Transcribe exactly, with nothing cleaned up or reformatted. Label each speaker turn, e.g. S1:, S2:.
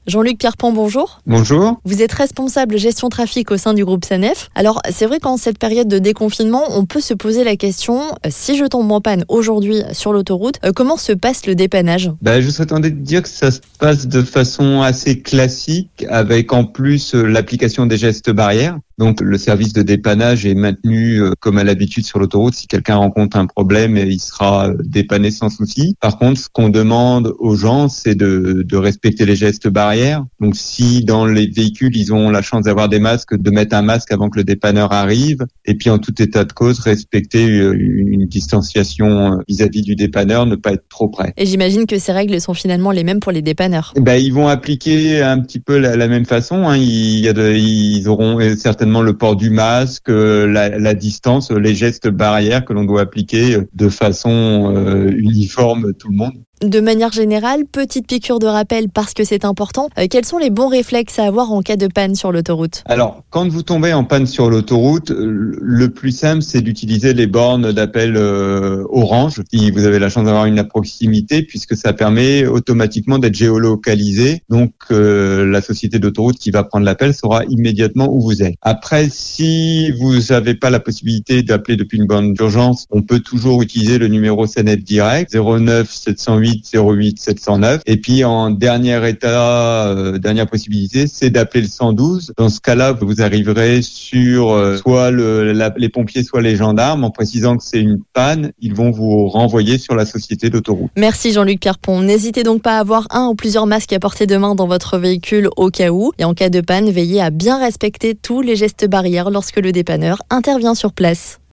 S1: Jean-Luc Pierrepont, bonjour.
S2: Bonjour.
S1: Vous êtes responsable gestion trafic au sein du groupe SANEF. Alors, c'est vrai qu'en cette période de déconfinement, on peut se poser la question, euh, si je tombe en panne aujourd'hui sur l'autoroute, euh, comment se passe le dépannage ?
S2: Ben, je serais tenté de dire que ça se passe de façon assez classique, avec en plus euh, l'application des gestes barrières. Donc, le service de dépannage est maintenu euh, comme à l'habitude sur l'autoroute. Si quelqu'un rencontre un problème, il sera euh, dépanné sans souci. Par contre, ce qu'on demande aux gens, c'est de, de respecter les gestes barrières. Donc, si dans les véhicules, ils ont la chance d'avoir des masques, de mettre un masque avant que le dépanneur arrive. Et puis, en tout état de cause, respecter une, une distanciation vis-à-vis du dépanneur, ne pas être trop près.
S1: Et j'imagine que ces règles sont finalement les mêmes pour les dépanneurs.
S2: Ben, ils vont appliquer un petit peu la, la même façon. Hein. Il y a de, ils auront certainement le port du masque, la, la distance, les gestes barrières que l'on doit appliquer de façon euh, uniforme tout le monde.
S1: De manière générale, petite piqûre de rappel parce que c'est important, euh, quels sont les bons réflexes à avoir en cas de panne sur l'autoroute ?
S2: Alors, quand vous tombez en panne sur l'autoroute, le plus simple, c'est d'utiliser les bornes d'appel euh, Orange, si vous avez la chance d'avoir une à proximité, puisque ça permet automatiquement d'être géolocalisé. Donc, euh, la société d'autoroute qui va prendre l'appel saura immédiatement où vous êtes. Après, si vous n'avez pas la possibilité d'appeler depuis une borne d'urgence, on peut toujours utiliser le numéro SANEF direct, zéro neuf sept cent huit zéro huit sept cent neuf. Et puis en dernier état, euh, dernière possibilité, c'est d'appeler le cent douze. Dans ce cas-là, vous arriverez sur euh, soit le, la, les pompiers, soit les gendarmes. En précisant que c'est une panne, ils vont vous renvoyer sur la société d'autoroute.
S1: Merci Jean-Luc Pierrepont. N'hésitez donc pas à avoir un ou plusieurs masques à portée de main dans votre véhicule au cas où. Et en cas de panne, veillez à bien respecter tous les gestes barrières lorsque le dépanneur intervient sur place.